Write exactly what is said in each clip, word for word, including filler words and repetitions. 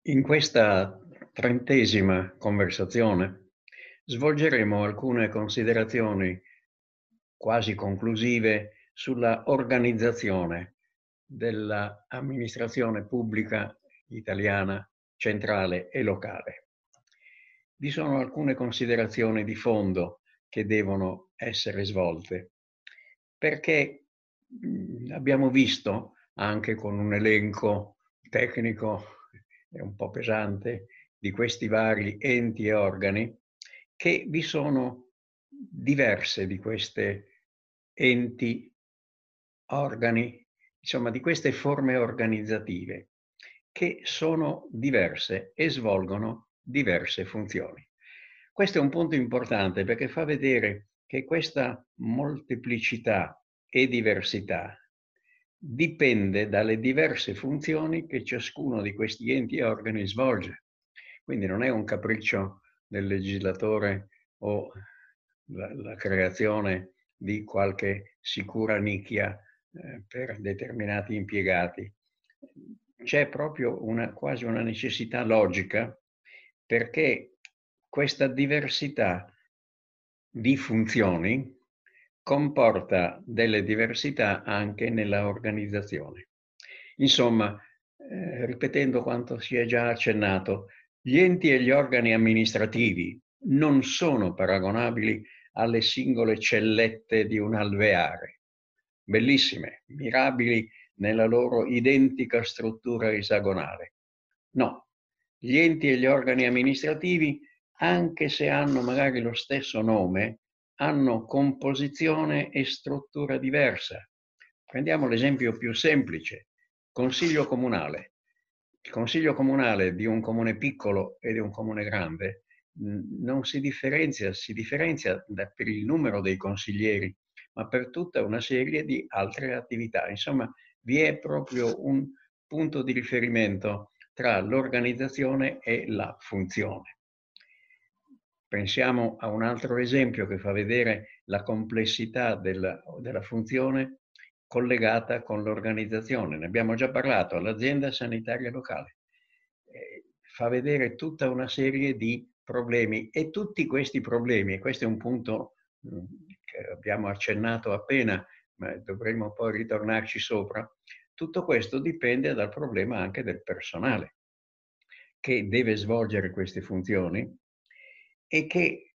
In questa trentesima conversazione svolgeremo alcune considerazioni quasi conclusive sulla organizzazione dell'amministrazione pubblica italiana centrale e locale. Vi sono alcune considerazioni di fondo che devono essere svolte, perché mh, abbiamo visto, anche con un elenco tecnico e un po' pesante, di questi vari enti e organi, che vi sono diverse di queste enti, organi, insomma di queste forme organizzative, che sono diverse e svolgono diverse funzioni. Questo è un punto importante perché fa vedere che questa molteplicità e diversità dipende dalle diverse funzioni che ciascuno di questi enti e organi svolge. Quindi non è un capriccio del legislatore o la, la creazione di qualche sicura nicchia eh, per determinati impiegati. C'è proprio una, quasi una necessità logica, perché questa diversità di funzioni comporta delle diversità anche nella organizzazione. Insomma, eh, ripetendo quanto si è già accennato, gli enti e gli organi amministrativi non sono paragonabili alle singole cellette di un alveare, bellissime, mirabili nella loro identica struttura esagonale. No, gli enti e gli organi amministrativi, anche se hanno magari lo stesso nome, hanno composizione e struttura diversa. Prendiamo l'esempio più semplice: consiglio comunale. Il consiglio comunale di un comune piccolo e di un comune grande non si differenzia, si differenzia da, per il numero dei consiglieri, ma per tutta una serie di altre attività. Insomma, vi è proprio un punto di riferimento tra l'organizzazione e la funzione. Pensiamo a un altro esempio che fa vedere la complessità della, della funzione collegata con l'organizzazione. Ne abbiamo già parlato, l'azienda sanitaria locale. Eh, fa vedere tutta una serie di problemi, e tutti questi problemi, e questo è un punto mh, che abbiamo accennato appena, ma dovremo poi ritornarci sopra, tutto questo dipende dal problema anche del personale, che deve svolgere queste funzioni e che,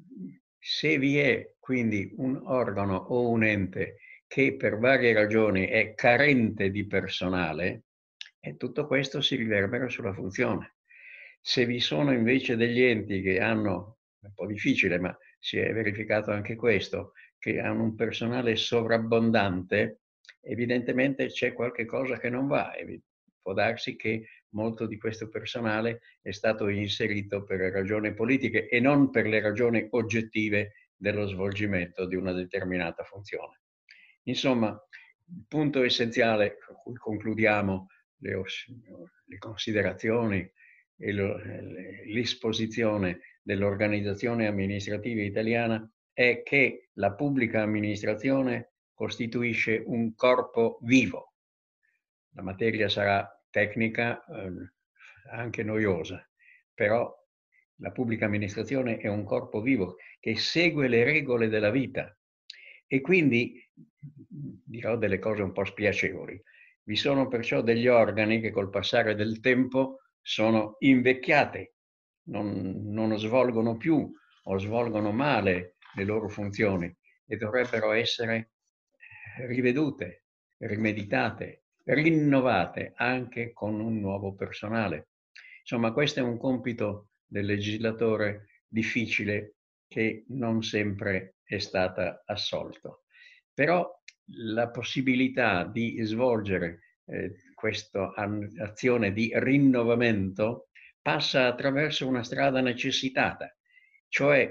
se vi è quindi un organo o un ente che per varie ragioni è carente di personale, e tutto questo si riverbera sulla funzione. Se vi sono invece degli enti che hanno, è un po' difficile, ma si è verificato anche questo, che hanno un personale sovrabbondante, evidentemente c'è qualche cosa che non va. Può darsi che molto di questo personale è stato inserito per ragioni politiche e non per le ragioni oggettive dello svolgimento di una determinata funzione. Insomma, il punto essenziale con cui concludiamo le, le considerazioni e l'esposizione dell'organizzazione amministrativa italiana è che la pubblica amministrazione costituisce un corpo vivo. La materia sarà tecnica, eh, anche noiosa, però la pubblica amministrazione è un corpo vivo che segue le regole della vita, e quindi dirò delle cose un po' spiacevoli. Vi sono perciò degli organi che col passare del tempo sono invecchiati, non, non svolgono più o svolgono male le loro funzioni e dovrebbero essere rivedute, rimeditate, rinnovate anche con un nuovo personale. Insomma, questo è un compito del legislatore difficile, che non sempre è stata assolto. Però la possibilità di svolgere eh, questa azione di rinnovamento passa attraverso una strada necessitata, cioè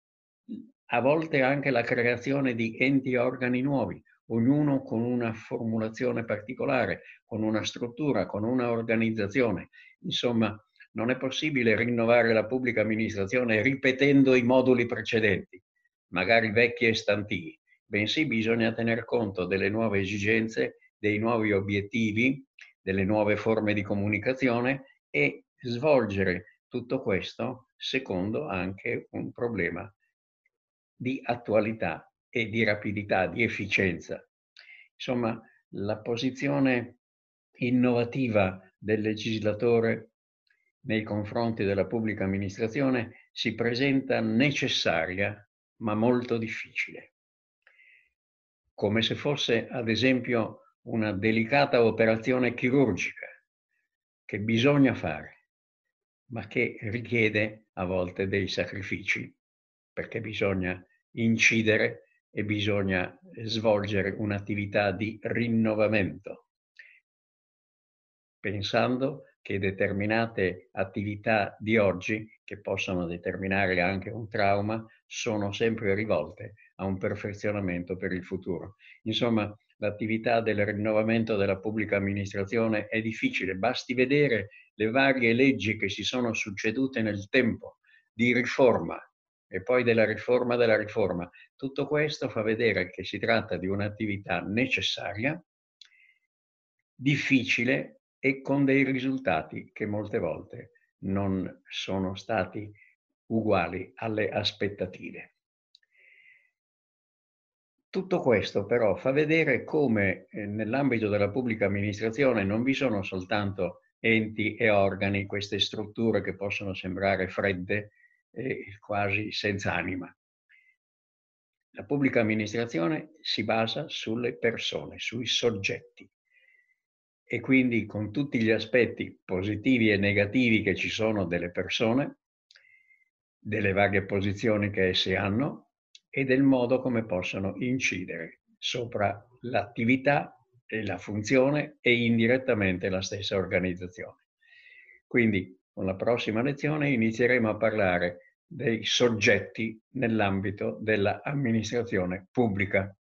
a volte anche la creazione di enti e organi nuovi, ognuno con una formulazione particolare, con una struttura, con una organizzazione. Insomma, non è possibile rinnovare la pubblica amministrazione ripetendo i moduli precedenti, magari vecchi e stantii, bensì bisogna tener conto delle nuove esigenze, dei nuovi obiettivi, delle nuove forme di comunicazione e svolgere tutto questo secondo anche un problema di attualità e di rapidità, di efficienza. Insomma, la posizione innovativa del legislatore nei confronti della pubblica amministrazione si presenta necessaria, ma molto difficile. Come se fosse, ad esempio, una delicata operazione chirurgica che bisogna fare, ma che richiede a volte dei sacrifici, perché bisogna incidere e bisogna svolgere un'attività di rinnovamento, pensando che determinate attività di oggi, che possono determinare anche un trauma, sono sempre rivolte a un perfezionamento per il futuro. Insomma, l'attività del rinnovamento della pubblica amministrazione è difficile, basti vedere le varie leggi che si sono succedute nel tempo di riforma e poi della riforma della riforma. Tutto questo fa vedere che si tratta di un'attività necessaria, difficile e con dei risultati che molte volte non sono stati uguali alle aspettative. Tutto questo però fa vedere come eh, nell'ambito della pubblica amministrazione non vi sono soltanto enti e organi, queste strutture che possono sembrare fredde e quasi senza anima. La pubblica amministrazione si basa sulle persone, sui soggetti. E quindi con tutti gli aspetti positivi e negativi che ci sono delle persone, delle varie posizioni che esse hanno e del modo come possono incidere sopra l'attività e la funzione e indirettamente la stessa organizzazione. Quindi con la prossima lezione inizieremo a parlare dei soggetti nell'ambito dell'amministrazione pubblica.